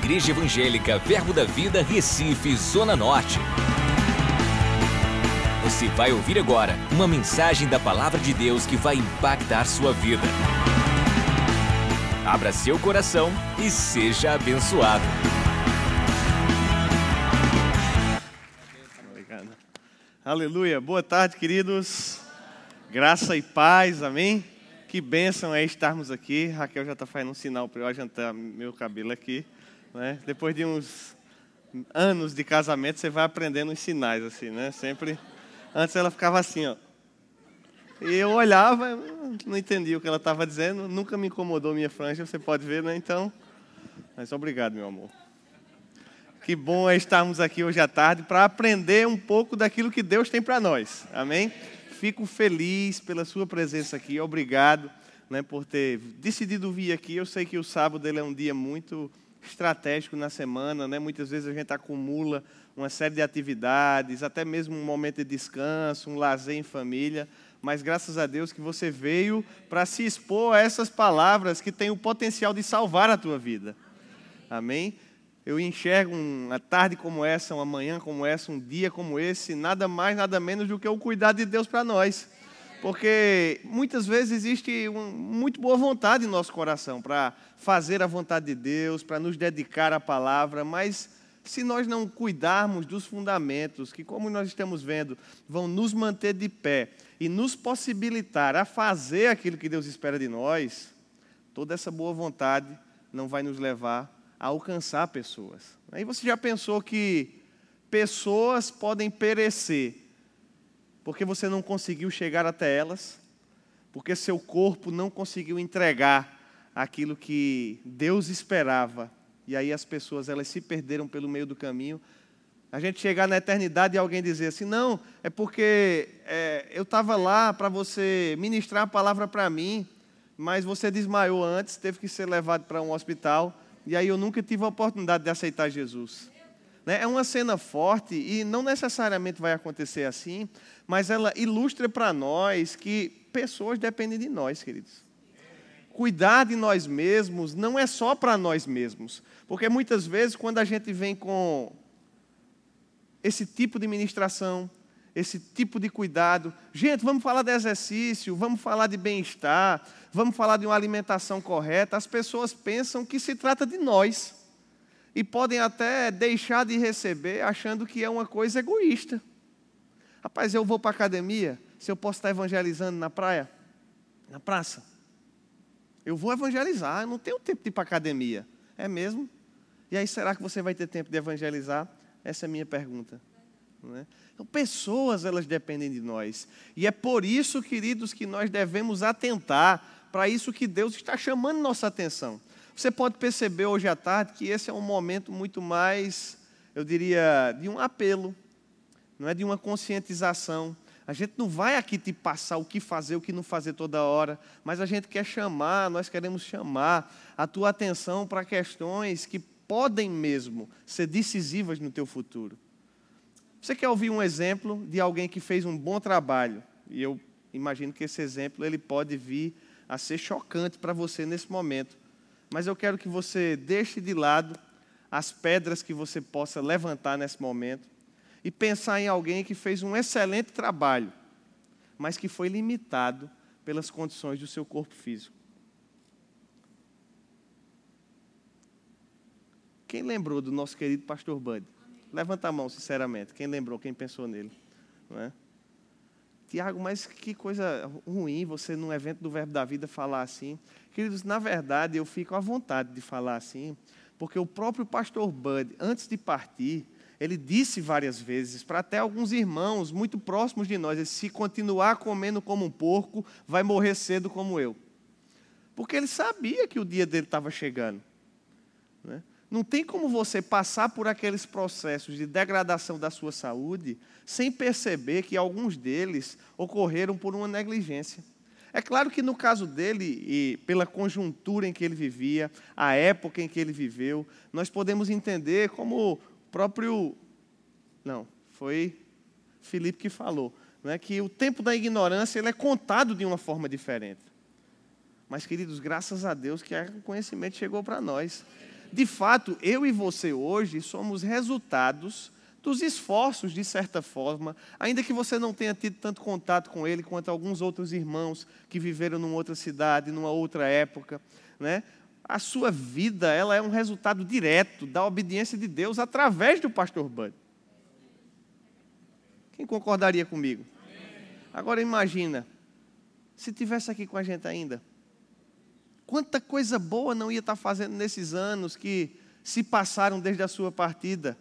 Igreja Evangélica Verbo da Vida, Recife, Zona Norte. Você vai ouvir agora uma mensagem da Palavra de Deus que vai impactar sua vida. Abra seu coração e seja abençoado. Obrigado. Aleluia. Boa tarde, queridos. Graça e paz, amém? Que bênção é estarmos aqui. Raquel já está fazendo um sinal para eu adiantar meu cabelo aqui, né? Depois de uns anos de casamento, você vai aprendendo os sinais, assim, né? Sempre. Antes ela ficava assim, ó. E eu olhava, não entendia o que ela estava dizendo. Nunca me incomodou minha franja, você pode ver, né? Então, mas obrigado, meu amor. Que bom é estarmos aqui hoje à tarde para aprender um pouco daquilo que Deus tem para nós, amém? Fico feliz pela sua presença aqui, obrigado, né, por ter decidido vir aqui. Eu sei que o sábado ele é um dia muito estratégico na semana, né? Muitas vezes a gente acumula uma série de atividades, até mesmo um momento de descanso, um lazer em família, mas graças a Deus que você veio para se expor a essas palavras que têm o potencial de salvar a tua vida, amém? Eu enxergo uma tarde como essa, uma manhã como essa, um dia como esse, nada mais, nada menos do que o cuidado de Deus para nós. Porque muitas vezes existe muito boa vontade em nosso coração para fazer a vontade de Deus, para nos dedicar à palavra, mas se nós não cuidarmos dos fundamentos, que como nós estamos vendo, vão nos manter de pé e nos possibilitar a fazer aquilo que Deus espera de nós, toda essa boa vontade não vai nos levar a alcançar pessoas. Aí você já pensou que pessoas podem perecer porque você não conseguiu chegar até elas, porque seu corpo não conseguiu entregar aquilo que Deus esperava, e aí as pessoas elas se perderam pelo meio do caminho. A gente chegar na eternidade e alguém dizer assim, não, é porque eu estava lá para você ministrar a palavra para mim, mas você desmaiou antes, teve que ser levado para um hospital, e aí eu nunca tive a oportunidade de aceitar Jesus. É uma cena forte e não necessariamente vai acontecer assim, mas ela ilustra para nós que pessoas dependem de nós, queridos. Cuidar de nós mesmos não é só para nós mesmos, porque muitas vezes quando a gente vem com esse tipo de ministração, esse tipo de cuidado, gente, vamos falar de exercício, vamos falar de bem-estar, vamos falar de uma alimentação correta, as pessoas pensam que se trata de nós e podem até deixar de receber achando que é uma coisa egoísta. Rapaz, eu vou para a academia, se eu posso estar evangelizando na praia, na praça, eu vou evangelizar, eu não tenho tempo de ir para a academia, é mesmo? E aí será que você vai ter tempo de evangelizar? Essa é a minha pergunta. Não é? Então, pessoas, elas dependem de nós. E é por isso, queridos, que nós devemos atentar para isso que Deus está chamando nossa atenção. Você pode perceber hoje à tarde que esse é um momento muito mais, eu diria, de um apelo, não é de uma conscientização. A gente não vai aqui te passar o que fazer, o que não fazer toda hora, mas a gente quer chamar, nós queremos chamar a tua atenção para questões que podem mesmo ser decisivas no teu futuro. Você quer ouvir um exemplo de alguém que fez um bom trabalho? E eu imagino que esse exemplo ele pode vir a ser chocante para você nesse momento. Mas eu quero que você deixe de lado as pedras que você possa levantar nesse momento e pensar em alguém que fez um excelente trabalho, mas que foi limitado pelas condições do seu corpo físico. Quem lembrou do nosso querido pastor Bud? Levanta a mão, sinceramente. Quem lembrou, quem pensou nele? Não é? Tiago, mas que coisa ruim você, num evento do Verbo da Vida, falar assim. Queridos, na verdade, eu fico à vontade de falar assim, porque o próprio pastor Bud, antes de partir, ele disse várias vezes para até alguns irmãos muito próximos de nós, se continuar comendo como um porco, vai morrer cedo como eu. Porque ele sabia que o dia dele estava chegando. Né? Não tem como você passar por aqueles processos de degradação da sua saúde sem perceber que alguns deles ocorreram por uma negligência. É claro que no caso dele, e pela conjuntura em que ele vivia, a época em que ele viveu, nós podemos entender como o próprio... Não, foi Filipe que falou, né, que o tempo da ignorância ele é contado de uma forma diferente. Mas, queridos, graças a Deus que o conhecimento chegou para nós. de fato, eu e você hoje somos resultados dos esforços, de certa forma, ainda que você não tenha tido tanto contato com ele quanto alguns outros irmãos que viveram numa outra cidade, numa outra época, né? A sua vida, ela é um resultado direto da obediência de Deus através do pastor Bud. Quem concordaria comigo? Agora imagina, se tivesse aqui com a gente ainda, quanta coisa boa não ia estar fazendo nesses anos que se passaram desde a sua partida.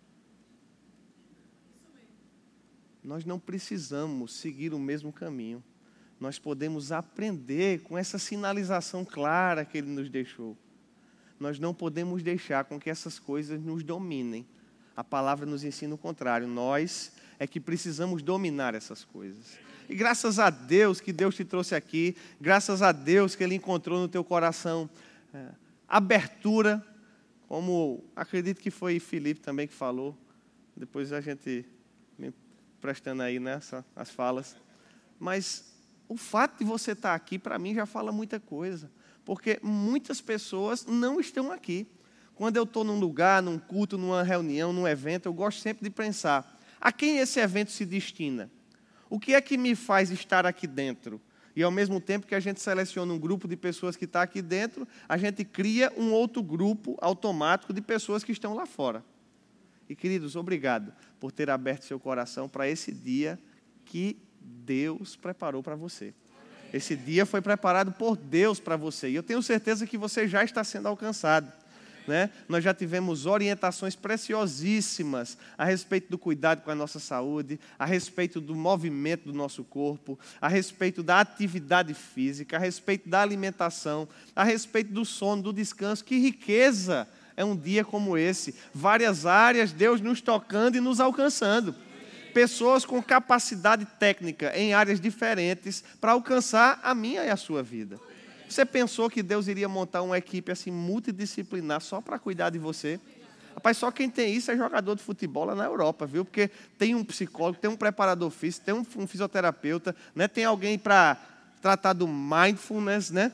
Nós não precisamos seguir o mesmo caminho. Nós podemos aprender com essa sinalização clara que Ele nos deixou. Nós não podemos deixar com que essas coisas nos dominem. A palavra nos ensina o contrário. Nós é que precisamos dominar essas coisas. E graças a Deus que Deus te trouxe aqui, graças a Deus que Ele encontrou no teu coração abertura, como acredito que foi Felipe também que falou. Depois a gente prestando aí, né, as falas. Mas o fato de você estar aqui, para mim, já fala muita coisa. Porque muitas pessoas não estão aqui. Quando eu estou num lugar, num culto, numa reunião, num evento, eu gosto sempre de pensar, a quem esse evento se destina? O que é que me faz estar aqui dentro? E ao mesmo tempo que a gente seleciona um grupo de pessoas que está aqui dentro, a gente cria um outro grupo automático de pessoas que estão lá fora. E, queridos, obrigado por ter aberto seu coração para esse dia que Deus preparou para você. Esse dia foi preparado por Deus para você. E eu tenho certeza que você já está sendo alcançado, né? Nós já tivemos orientações preciosíssimas a respeito do cuidado com a nossa saúde, a respeito do movimento do nosso corpo, a respeito da atividade física, a respeito da alimentação, a respeito do sono, do descanso. Que riqueza é um dia como esse. Várias áreas, Deus nos tocando e nos alcançando. Pessoas com capacidade técnica em áreas diferentes para alcançar a minha e a sua vida. Você pensou que Deus iria montar uma equipe assim multidisciplinar só para cuidar de você? Rapaz, só quem tem isso é jogador de futebol lá na Europa, viu? Porque tem um psicólogo, tem um preparador físico, tem um fisioterapeuta, né? Tem alguém para tratar do mindfulness, né?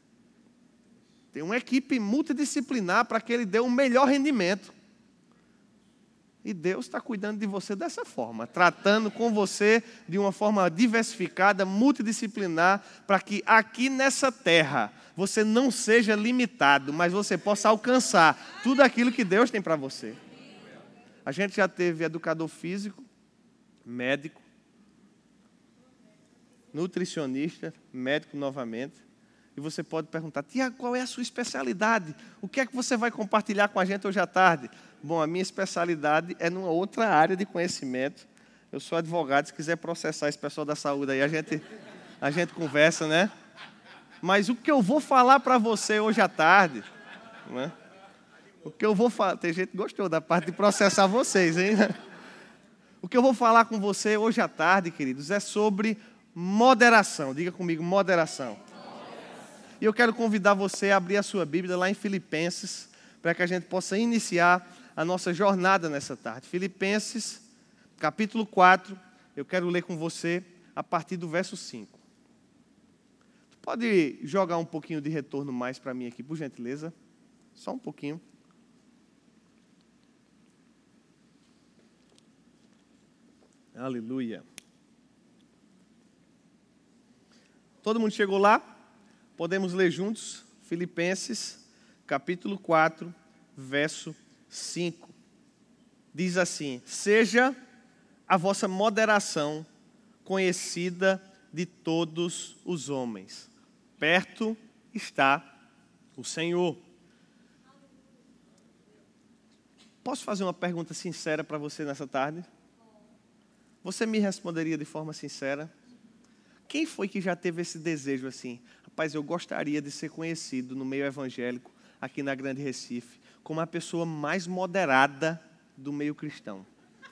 Tem uma equipe multidisciplinar para que ele dê um melhor rendimento. E Deus está cuidando de você dessa forma, tratando com você de uma forma diversificada, multidisciplinar, para que aqui nessa terra você não seja limitado, mas você possa alcançar tudo aquilo que Deus tem para você. A gente já teve educador físico, médico, nutricionista, médico novamente. E você pode perguntar, Tiago, qual é a sua especialidade? O que é que você vai compartilhar com a gente hoje à tarde? Bom, a minha especialidade é numa outra área de conhecimento. Eu sou advogado, se quiser processar esse pessoal da saúde aí, a gente conversa, né? Mas o que eu vou falar para você hoje à tarde, né? O que eu vou falar, tem gente que gostou da parte de processar vocês, hein? O que eu vou falar com você hoje à tarde, queridos, é sobre moderação. Diga comigo, moderação. E eu quero convidar você a abrir a sua Bíblia lá em Filipenses, para que a gente possa iniciar a nossa jornada nessa tarde. Filipenses, capítulo 4, eu quero ler com você a partir do verso 5. Pode jogar um pouquinho de retorno mais para mim aqui, por gentileza? Só um pouquinho. Aleluia. Todo mundo chegou lá? Podemos ler juntos? Filipenses, capítulo 4, verso 5. Diz assim: seja a vossa moderação conhecida de todos os homens. Perto está o Senhor. Posso fazer uma pergunta sincera para você nessa tarde? Você me responderia de forma sincera? Quem foi que já teve esse desejo assim? Rapaz, eu gostaria de ser conhecido no meio evangélico, aqui na Grande Recife, como a pessoa mais moderada do meio cristão.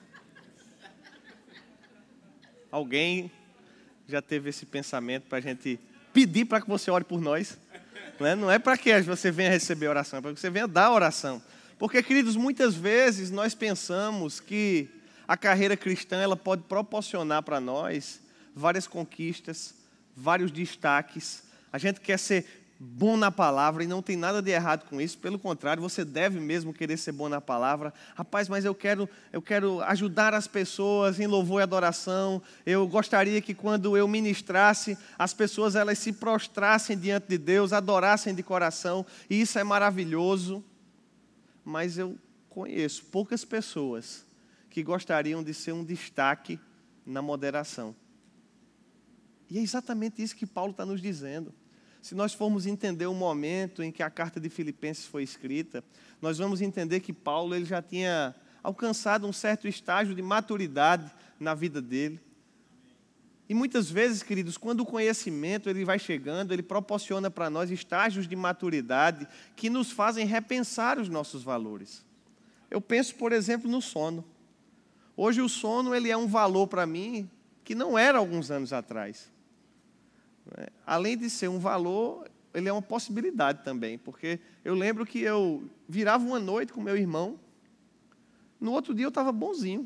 Alguém já teve esse pensamento para a gente pedir para que você ore por nós? Não é para que você venha receber oração, é para que você venha dar oração. Porque, queridos, muitas vezes nós pensamos que a carreira cristã ela pode proporcionar para nós várias conquistas, vários destaques. A gente quer ser bom na palavra, e não tem nada de errado com isso, pelo contrário, você deve mesmo querer ser bom na palavra. Rapaz, mas eu quero ajudar as pessoas em louvor e adoração, eu gostaria que quando eu ministrasse, as pessoas elas se prostrassem diante de Deus, adorassem de coração, e isso é maravilhoso, mas eu conheço poucas pessoas que gostariam de ser um destaque na moderação. E é exatamente isso que Paulo está nos dizendo. Se nós formos entender o momento em que a carta de Filipenses foi escrita, nós vamos entender que Paulo ele já tinha alcançado um certo estágio de maturidade na vida dele. E muitas vezes, queridos, quando o conhecimento ele vai chegando, ele proporciona para nós estágios de maturidade que nos fazem repensar os nossos valores. Eu penso, por exemplo, no sono. Hoje o sono ele é um valor para mim que não era alguns anos atrás. Além de ser um valor, ele é uma possibilidade também, porque eu lembro que eu virava uma noite com meu irmão, no outro dia eu estava bonzinho.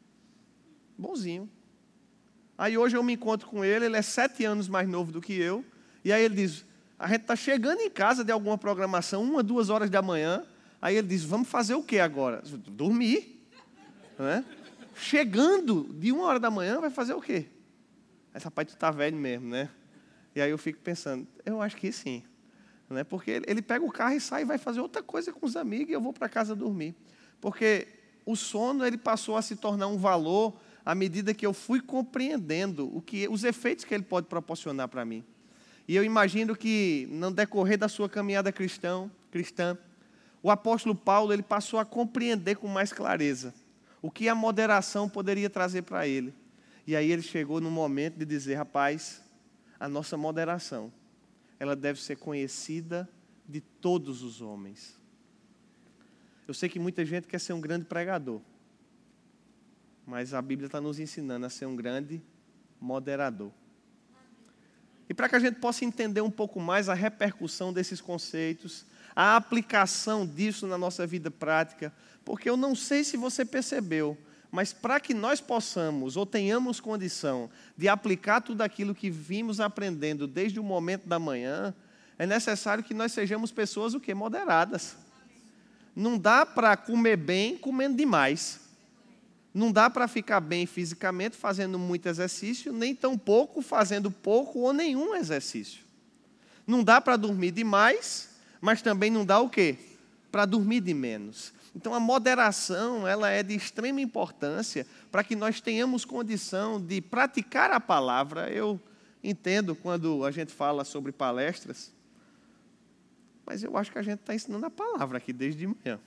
Aí hoje eu me encontro com ele é 7 anos mais novo do que eu, e aí ele diz, a gente está chegando em casa de alguma programação, 1, 2 horas da manhã, aí ele diz, vamos fazer o que agora? Dormir. Né? Chegando de 1 hora da manhã, vai fazer o quê? Esse rapaz, tu está velho mesmo, né? E aí eu fico pensando, eu acho que sim. Né? Porque ele pega o carro e sai e vai fazer outra coisa com os amigos e eu vou para casa dormir. Porque o sono ele passou a se tornar um valor à medida que eu fui compreendendo os efeitos que ele pode proporcionar para mim. E eu imagino que, no decorrer da sua caminhada cristã, o apóstolo Paulo ele passou a compreender com mais clareza o que a moderação poderia trazer para ele. E aí ele chegou no momento de dizer, rapaz, a nossa moderação, ela deve ser conhecida de todos os homens. Eu sei que muita gente quer ser um grande pregador, mas a Bíblia está nos ensinando a ser um grande moderador. E para que a gente possa entender um pouco mais a repercussão desses conceitos, a aplicação disso na nossa vida prática, porque eu não sei se você percebeu, mas para que nós possamos ou tenhamos condição de aplicar tudo aquilo que vimos aprendendo desde o momento da manhã, é necessário que nós sejamos pessoas o quê? Moderadas. Não dá para comer bem comendo demais. Não dá para ficar bem fisicamente fazendo muito exercício, nem tampouco fazendo pouco ou nenhum exercício. Não dá para dormir demais, mas também não dá o quê? Para dormir de menos. Então, a moderação ela é de extrema importância para que nós tenhamos condição de praticar a palavra. Eu entendo quando a gente fala sobre palestras, mas eu acho que a gente está ensinando a palavra aqui desde de manhã.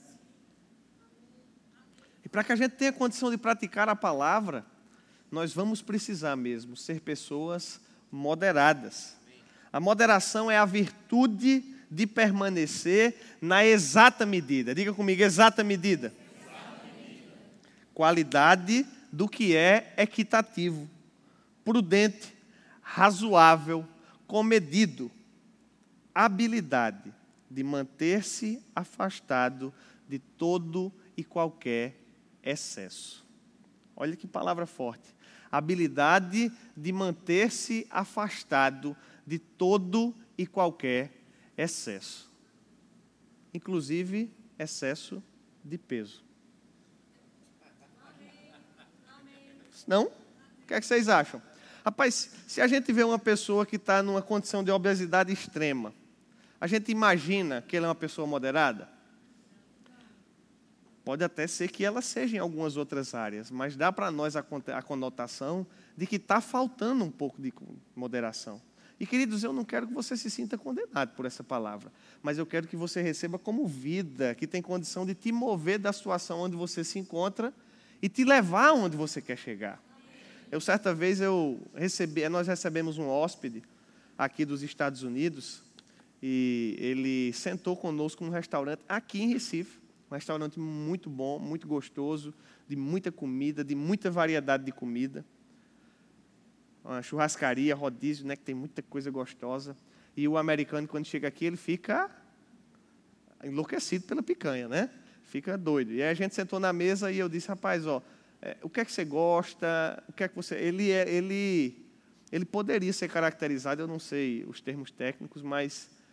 E para que a gente tenha condição de praticar a palavra, nós vamos precisar mesmo ser pessoas moderadas. A moderação é a virtude de permanecer na exata medida. Diga comigo, exata medida. Qualidade do que é equitativo, prudente, razoável, comedido. Habilidade de manter-se afastado de todo e qualquer excesso. Olha que palavra forte. Habilidade de manter-se afastado de todo e qualquer excesso. Inclusive, excesso de peso. Não? O que é que vocês acham? Rapaz, se a gente vê uma pessoa que está numa condição de obesidade extrema, a gente imagina que ela é uma pessoa moderada? Pode até ser que ela seja em algumas outras áreas, mas dá para nós a conotação de que está faltando um pouco de moderação. E, queridos, eu não quero que você se sinta condenado por essa palavra, mas eu quero que você receba como vida, que tem condição de te mover da situação onde você se encontra e te levar onde você quer chegar. Certa vez nós recebemos um hóspede aqui dos Estados Unidos e ele sentou conosco num restaurante aqui em Recife, um restaurante muito bom, muito gostoso, de muita comida, de muita variedade de comida. Uma churrascaria, rodízio, né, que tem muita coisa gostosa. E o americano, quando chega aqui, ele fica enlouquecido pela picanha, né? Fica doido. E aí a gente sentou na mesa e eu disse, rapaz, o que é que você gosta? O que é que você... Ele poderia ser caracterizado, eu não sei os termos técnicos, mas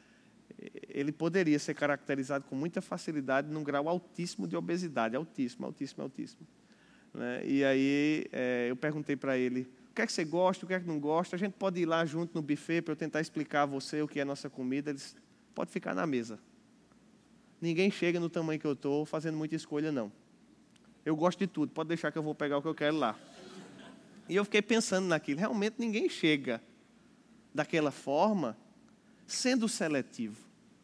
ele poderia ser caracterizado com muita facilidade num grau altíssimo de obesidade, altíssimo, altíssimo, altíssimo. Né? E aí eu perguntei para ele, o que é que você gosta, o que é que não gosta? A gente pode ir lá junto no buffet para eu tentar explicar a você o que é a nossa comida. Ele disse, pode ficar na mesa. Ninguém chega no tamanho que eu estou fazendo muita escolha, não. Eu gosto de tudo, pode deixar que eu vou pegar o que eu quero lá. E eu fiquei pensando naquilo, realmente ninguém chega daquela forma sendo seletivo.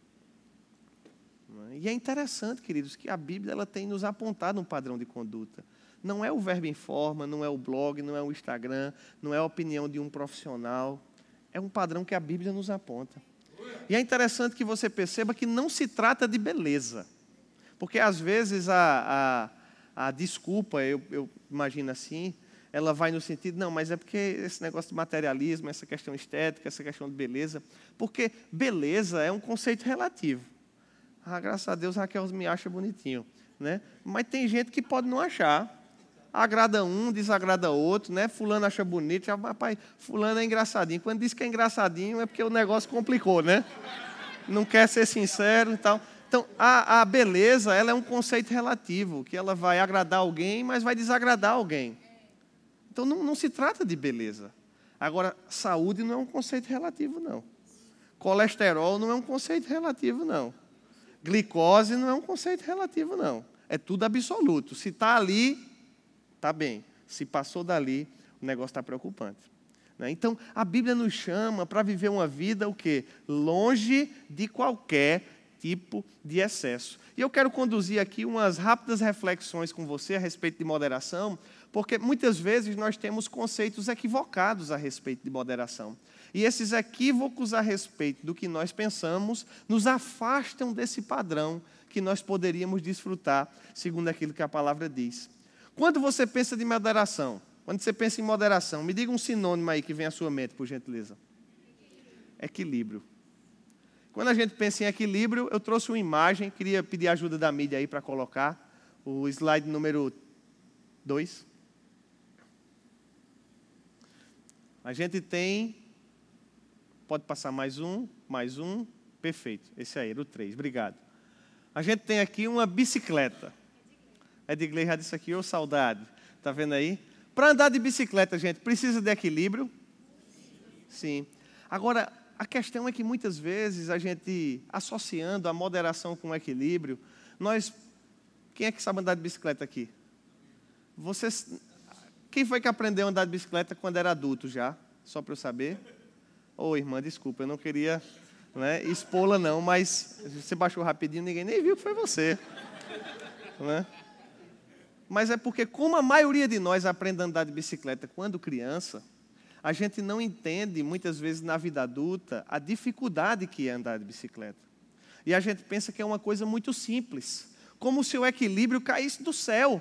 E é interessante, queridos, que a Bíblia ela tem nos apontado um padrão de conduta. Não é o verbo em forma, não é o blog, não é o Instagram, não é a opinião de um profissional. É um padrão que a Bíblia nos aponta. E é interessante que você perceba que não se trata de beleza. Porque, às vezes, a desculpa, eu imagino assim, ela vai no sentido, não, mas é porque esse negócio de materialismo, essa questão estética, essa questão de beleza. Porque beleza é um conceito relativo. Graças a Deus, Raquel me acha bonitinho. Né? Mas tem gente que pode não achar. Agrada um, desagrada outro, né? Fulano acha bonito, já, rapaz, fulano é engraçadinho. Quando diz que é engraçadinho é porque o negócio complicou, né? Não quer ser sincero e tal. Então, a beleza, ela é um conceito relativo, que ela vai agradar alguém, mas vai desagradar alguém. Então, não se trata de beleza. Agora, saúde não é um conceito relativo, não. Colesterol não é um conceito relativo, não. Glicose não é um conceito relativo, não. É tudo absoluto. Se está ali, está bem. Se passou dali, o negócio está preocupante. Né? Então, a Bíblia nos chama para viver uma vida, o quê? Longe de qualquer tipo de excesso. E eu quero conduzir aqui umas rápidas reflexões com você a respeito de moderação, porque muitas vezes nós temos conceitos equivocados a respeito de moderação. E esses equívocos a respeito do que nós pensamos nos afastam desse padrão que nós poderíamos desfrutar, segundo aquilo que a palavra diz. Quando você pensa de moderação, quando você pensa em moderação, me diga um sinônimo aí que vem à sua mente, por gentileza. Equilíbrio. Quando a gente pensa em equilíbrio, eu trouxe uma imagem, queria pedir a ajuda da mídia aí para colocar o slide número 2. A gente tem, pode passar mais um, perfeito. Esse aí, era o 3, obrigado. A gente tem aqui uma bicicleta. Edgley já disse aqui, ô saudade. Está vendo aí? Para andar de bicicleta, gente, precisa de equilíbrio? Sim. Agora, a questão é que muitas vezes a gente, associando a moderação com o equilíbrio, quem é que sabe andar de bicicleta aqui? Quem foi que aprendeu a andar de bicicleta quando era adulto já? Só para eu saber. Ô, irmã, desculpa, eu não queria expô-la não, mas você baixou rapidinho, ninguém nem viu que foi você. Né? Mas é porque, como a maioria de nós aprende a andar de bicicleta quando criança, a gente não entende, muitas vezes, na vida adulta, a dificuldade que é andar de bicicleta. E a gente pensa que é uma coisa muito simples, como se o equilíbrio caísse do céu.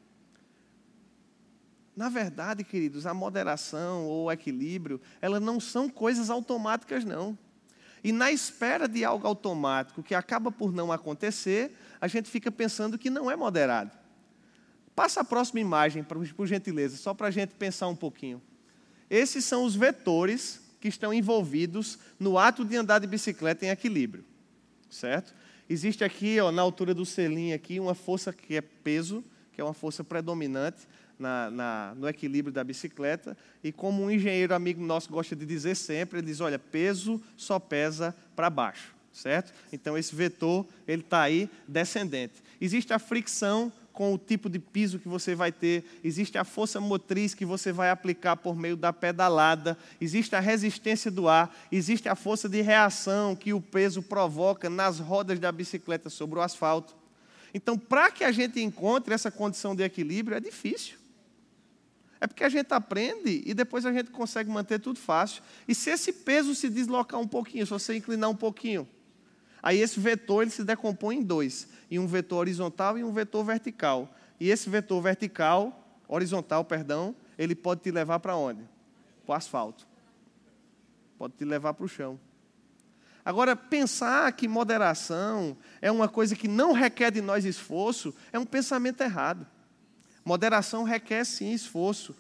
Na verdade, queridos, a moderação ou o equilíbrio, elas não são coisas automáticas, não. E na espera de algo automático que acaba por não acontecer, a gente fica pensando que não é moderado. Passa a próxima imagem, por gentileza, só para a gente pensar um pouquinho. Esses são os vetores que estão envolvidos no ato de andar de bicicleta em equilíbrio. Certo? Existe aqui, na altura do selim, aqui, uma força que é peso, que é uma força predominante no equilíbrio da bicicleta. E como um engenheiro amigo nosso gosta de dizer sempre, ele diz, olha, peso só pesa para baixo. Certo? Então, esse vetor ele está aí descendente. Existe a fricção com o tipo de piso que você vai ter, existe a força motriz que você vai aplicar por meio da pedalada, existe a resistência do ar, existe a força de reação que o peso provoca nas rodas da bicicleta sobre o asfalto. Então, para que a gente encontre essa condição de equilíbrio, é difícil. É porque a gente aprende e depois a gente consegue manter tudo fácil. E se esse peso se deslocar um pouquinho, se você inclinar um pouquinho, aí esse vetor ele se decompõe em dois, em um vetor horizontal e um vetor vertical. E esse vetor horizontal, ele pode te levar para onde? Para o asfalto. Pode te levar para o chão. Agora, pensar que moderação é uma coisa que não requer de nós esforço, é um pensamento errado. Moderação requer sim esforço.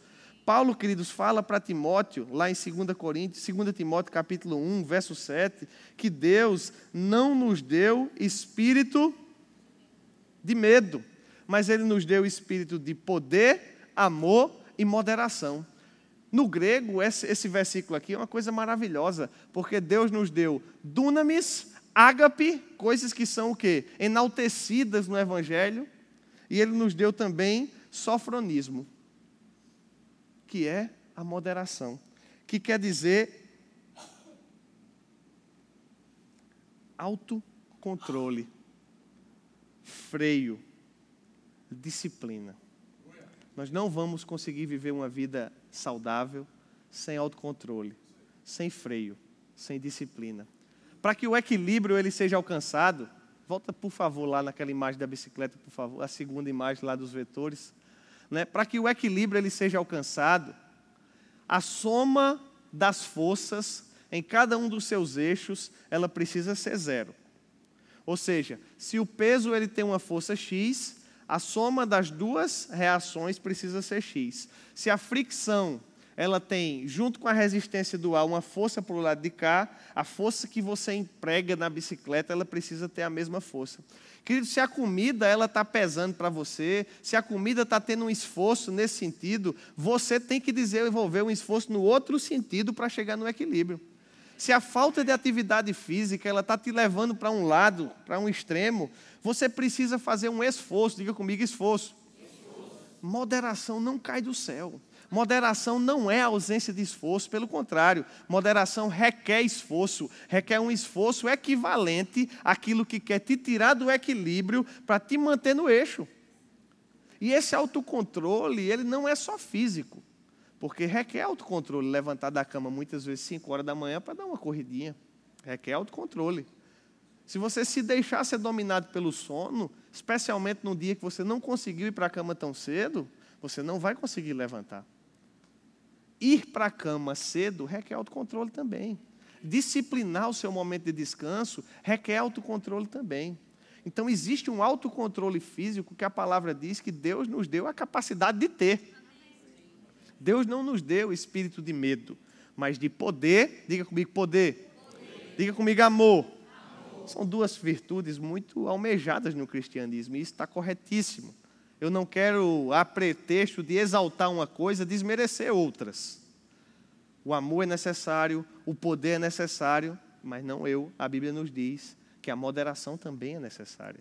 Paulo, queridos, fala para Timóteo, lá em 2 Timóteo capítulo 1, verso 7, que Deus não nos deu espírito de medo, mas Ele nos deu espírito de poder, amor e moderação. No grego, esse versículo aqui é uma coisa maravilhosa, porque Deus nos deu dunamis, ágape, coisas que são o quê? Enaltecidas no Evangelho, e Ele nos deu também sofronismo, que é a moderação, que quer dizer autocontrole, freio, disciplina. Nós não vamos conseguir viver uma vida saudável sem autocontrole, sem freio, sem disciplina. Para que o equilíbrio ele seja alcançado, volta por favor lá naquela imagem da bicicleta, por favor, a segunda imagem lá dos vetores. Para que o equilíbrio ele seja alcançado, a soma das forças em cada um dos seus eixos, ela precisa ser zero. Ou seja, se o peso ele tem uma força X, a soma das duas reações precisa ser X. Se a fricção ela tem, junto com a resistência do ar, uma força para o lado de cá, a força que você emprega na bicicleta, ela precisa ter a mesma força. Querido, se a comida está pesando para você, se a comida está tendo um esforço nesse sentido, você tem que desenvolver um esforço no outro sentido para chegar no equilíbrio. Se a falta de atividade física está te levando para um lado, para um extremo, você precisa fazer um esforço. Diga comigo, esforço. Moderação não cai do céu. Moderação não é ausência de esforço, pelo contrário, moderação requer esforço, requer um esforço equivalente àquilo que quer te tirar do equilíbrio para te manter no eixo. E esse autocontrole, ele não é só físico, porque requer autocontrole, levantar da cama muitas vezes 5 horas da manhã para dar uma corridinha, requer autocontrole. Se você se deixar ser dominado pelo sono, especialmente no dia que você não conseguiu ir para a cama tão cedo, você não vai conseguir levantar. Ir para a cama cedo requer autocontrole também. Disciplinar o seu momento de descanso requer autocontrole também. Então, existe um autocontrole físico que a palavra diz que Deus nos deu a capacidade de ter. Deus não nos deu espírito de medo, mas de poder. Diga comigo, poder. Diga comigo, amor. São duas virtudes muito almejadas no cristianismo, e isso está corretíssimo. Eu não quero, a pretexto de exaltar uma coisa, desmerecer outras. O amor é necessário, o poder é necessário, mas não eu. A Bíblia nos diz que a moderação também é necessária.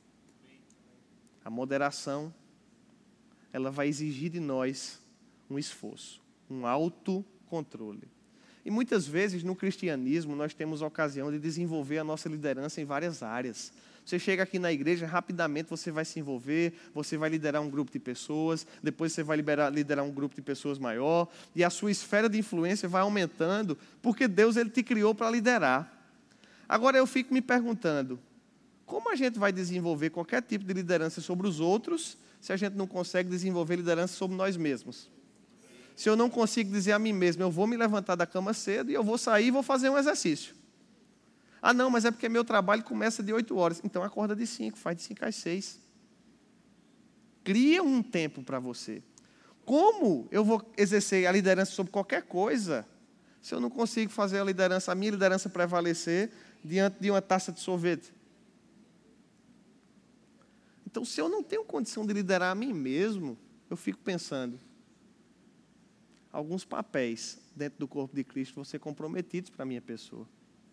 A moderação, ela vai exigir de nós um esforço, um autocontrole. E muitas vezes no cristianismo nós temos a ocasião de desenvolver a nossa liderança em várias áreas. Você chega aqui na igreja, rapidamente você vai se envolver, você vai liderar um grupo de pessoas, depois você vai liderar um grupo de pessoas maior, e a sua esfera de influência vai aumentando, porque Deus ele te criou para liderar. Agora eu fico me perguntando, como a gente vai desenvolver qualquer tipo de liderança sobre os outros, se a gente não consegue desenvolver liderança sobre nós mesmos? Se eu não consigo dizer a mim mesmo, eu vou me levantar da cama cedo e eu vou sair e vou fazer um exercício. Ah, não, mas é porque meu trabalho começa de 8 horas. Então acorda de 5, faz de 5 às 6. Cria um tempo para você. Como eu vou exercer a liderança sobre qualquer coisa, se eu não consigo fazer a minha liderança prevalecer diante de uma taça de sorvete? Então, se eu não tenho condição de liderar a mim mesmo, eu fico pensando, alguns papéis dentro do corpo de Cristo vão ser comprometidos para a minha pessoa.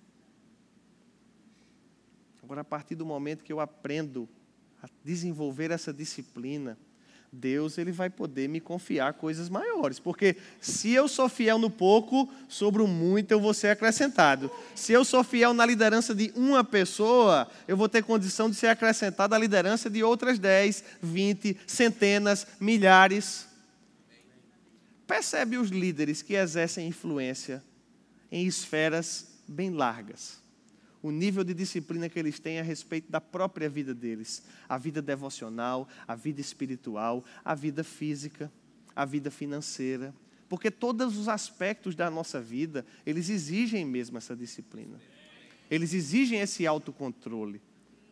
Agora, a partir do momento que eu aprendo a desenvolver essa disciplina, Deus ele vai poder me confiar coisas maiores. Porque se eu sou fiel no pouco, sobre o muito eu vou ser acrescentado. Se eu sou fiel na liderança de uma pessoa, eu vou ter condição de ser acrescentado à liderança de outras 10, 20, centenas, milhares. Percebe os líderes que exercem influência em esferas bem largas. O nível de disciplina que eles têm a respeito da própria vida deles. A vida devocional, a vida espiritual, a vida física, a vida financeira. Porque todos os aspectos da nossa vida, eles exigem mesmo essa disciplina. Eles exigem esse autocontrole.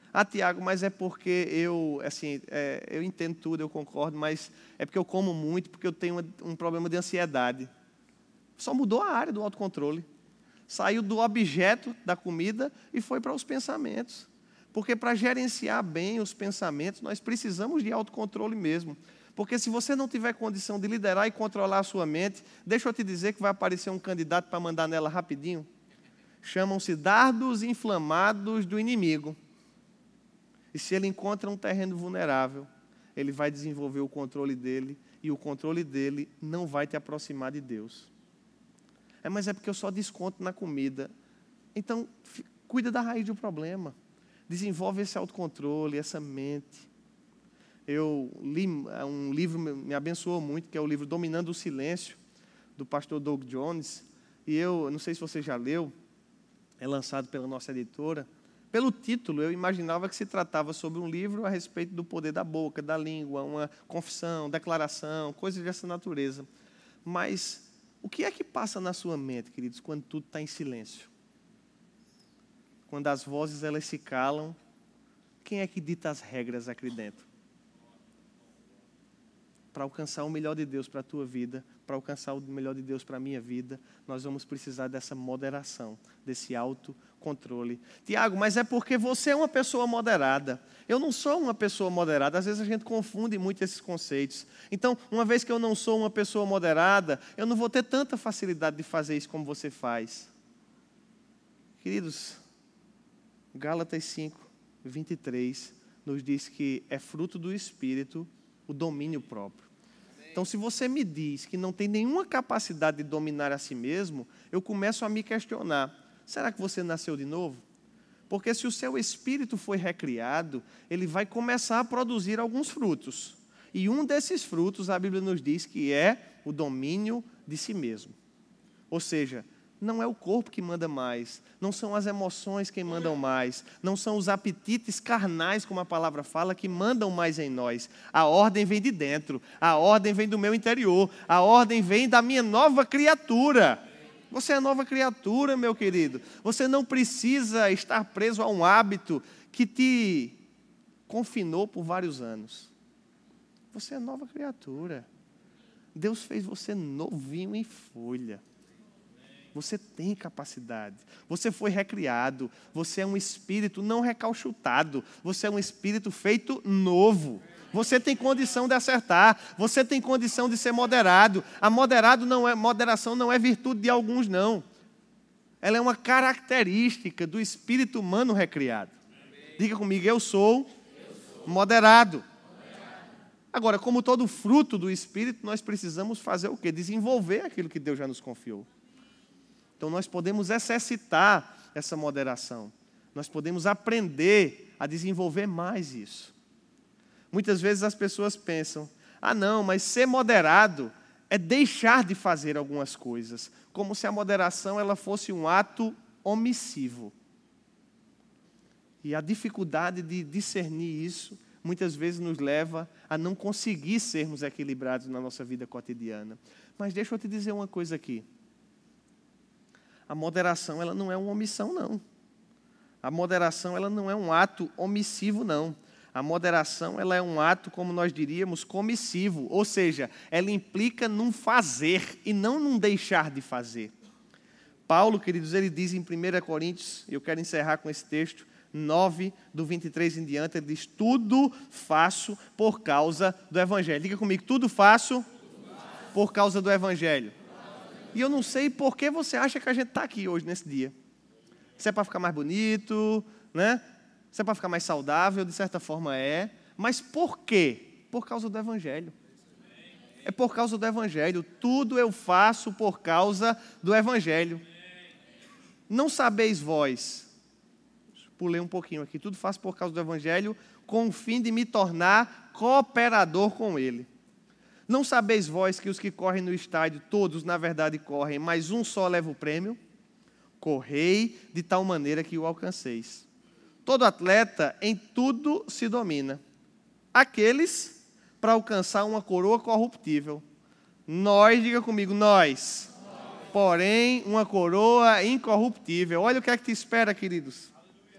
Ah, Tiago, mas é porque eu entendo tudo, eu concordo, mas é porque eu como muito, porque eu tenho um problema de ansiedade. Só mudou a área do autocontrole. Saiu do objeto da comida e foi para os pensamentos. Porque para gerenciar bem os pensamentos, nós precisamos de autocontrole mesmo. Porque se você não tiver condição de liderar e controlar a sua mente, deixa eu te dizer que vai aparecer um candidato para mandar nela rapidinho. Chamam-se dardos inflamados do inimigo. E se ele encontra um terreno vulnerável, ele vai desenvolver o controle dele, e o controle dele não vai te aproximar de Deus. Mas é porque eu só desconto na comida. Então, cuida da raiz do problema. Desenvolve esse autocontrole, essa mente. Eu li um livro, me abençoou muito, que é o livro Dominando o Silêncio, do pastor Doug Jones. E eu não sei se você já leu, é lançado pela nossa editora. Pelo título, eu imaginava que se tratava sobre um livro a respeito do poder da boca, da língua, uma confissão, declaração, coisas dessa natureza. Mas o que é que passa na sua mente, queridos, quando tudo está em silêncio? Quando as vozes elas se calam, quem é que dita as regras aqui dentro? Para alcançar o melhor de Deus para a tua vida, para alcançar o melhor de Deus para a minha vida, nós vamos precisar dessa moderação, desse autocontrole. Tiago, mas é porque você é uma pessoa moderada. Eu não sou uma pessoa moderada. Às vezes a gente confunde muito esses conceitos. Então, uma vez que eu não sou uma pessoa moderada, eu não vou ter tanta facilidade de fazer isso como você faz. Queridos, Gálatas 5, 23, nos diz que é fruto do Espírito o domínio próprio. Então, se você me diz que não tem nenhuma capacidade de dominar a si mesmo, eu começo a me questionar. Será que você nasceu de novo? Porque se o seu espírito foi recriado, ele vai começar a produzir alguns frutos. E um desses frutos, a Bíblia nos diz que é o domínio de si mesmo. Ou seja, não é o corpo que manda mais, não são as emoções que mandam mais, não são os apetites carnais, como a palavra fala, que mandam mais em nós. A ordem vem de dentro, a ordem vem do meu interior, a ordem vem da minha nova criatura. Você é nova criatura, meu querido. Você não precisa estar preso a um hábito que te confinou por vários anos. Você é nova criatura. Deus fez você novinho em folha. Você tem capacidade, você foi recriado, você é um espírito não recalchutado, você é um espírito feito novo. Você tem condição de acertar, você tem condição de ser moderado. A moderação não é virtude de alguns, não. Ela é uma característica do espírito humano recriado. Diga comigo, eu sou moderado. Agora, como todo fruto do espírito, nós precisamos fazer o quê? Desenvolver aquilo que Deus já nos confiou. Então, nós podemos exercitar essa moderação. Nós podemos aprender a desenvolver mais isso. Muitas vezes as pessoas pensam, não, mas ser moderado é deixar de fazer algumas coisas. Como se a moderação ela fosse um ato omissivo. E a dificuldade de discernir isso, muitas vezes nos leva a não conseguir sermos equilibrados na nossa vida cotidiana. Mas deixa eu te dizer uma coisa aqui. A moderação, ela não é uma omissão, não. A moderação, ela não é um ato omissivo, não. A moderação, ela é um ato, como nós diríamos, comissivo. Ou seja, ela implica num fazer e não num deixar de fazer. Paulo, queridos, ele diz em 1 Coríntios, eu quero encerrar com esse texto, 9, do 23 em diante, ele diz, tudo faço por causa do Evangelho. Diga comigo, tudo faço por causa do Evangelho. E eu não sei por que você acha que a gente está aqui hoje, nesse dia. Se é para ficar mais bonito, né? Se é para ficar mais saudável, de certa forma é. Mas por quê? Por causa do Evangelho. É por causa do Evangelho. Tudo eu faço por causa do Evangelho. Não sabeis vós, pulei um pouquinho aqui, tudo faço por causa do Evangelho, com o fim de me tornar cooperador com ele. Não sabeis vós que os que correm no estádio, todos na verdade correm, mas um só leva o prêmio? Correi de tal maneira que o alcanceis. Todo atleta em tudo se domina. Aqueles para alcançar uma coroa corruptível. Nós, diga comigo, nós. Porém, uma coroa incorruptível. Olha o que é que te espera, queridos.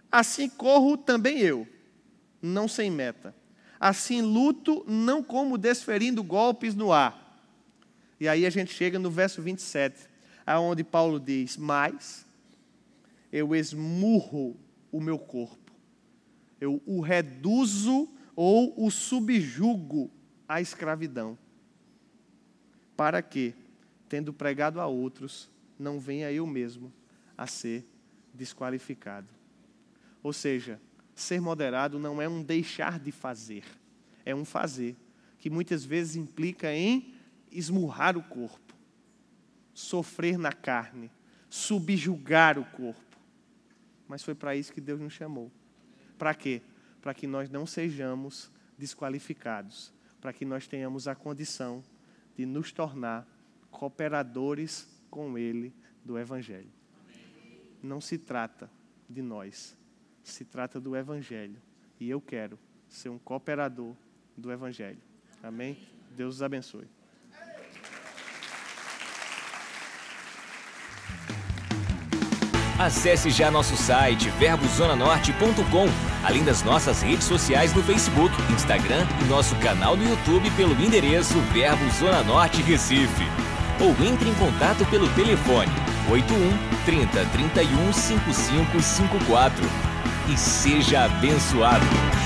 Assim corro também eu, não sem meta. Assim luto, não como desferindo golpes no ar. E aí a gente chega no verso 27, aonde Paulo diz: mas eu esmurro o meu corpo, eu o reduzo ou o subjugo à escravidão, para que, tendo pregado a outros, não venha eu mesmo a ser desqualificado. Ou seja, ser moderado não é um deixar de fazer, é um fazer, que muitas vezes implica em esmurrar o corpo, sofrer na carne, subjugar o corpo. Mas foi para isso que Deus nos chamou. Para quê? Para que nós não sejamos desqualificados, para que nós tenhamos a condição de nos tornar cooperadores com Ele do Evangelho. Não se trata de nós, se trata do Evangelho. E eu quero ser um cooperador do Evangelho. Amém? Deus os abençoe. Acesse já nosso site verbozonanorte.com, além das nossas redes sociais no Facebook, Instagram e nosso canal no YouTube pelo endereço Verbo Zona Norte Recife. Ou entre em contato pelo telefone 81 30 31 5554 e seja abençoado.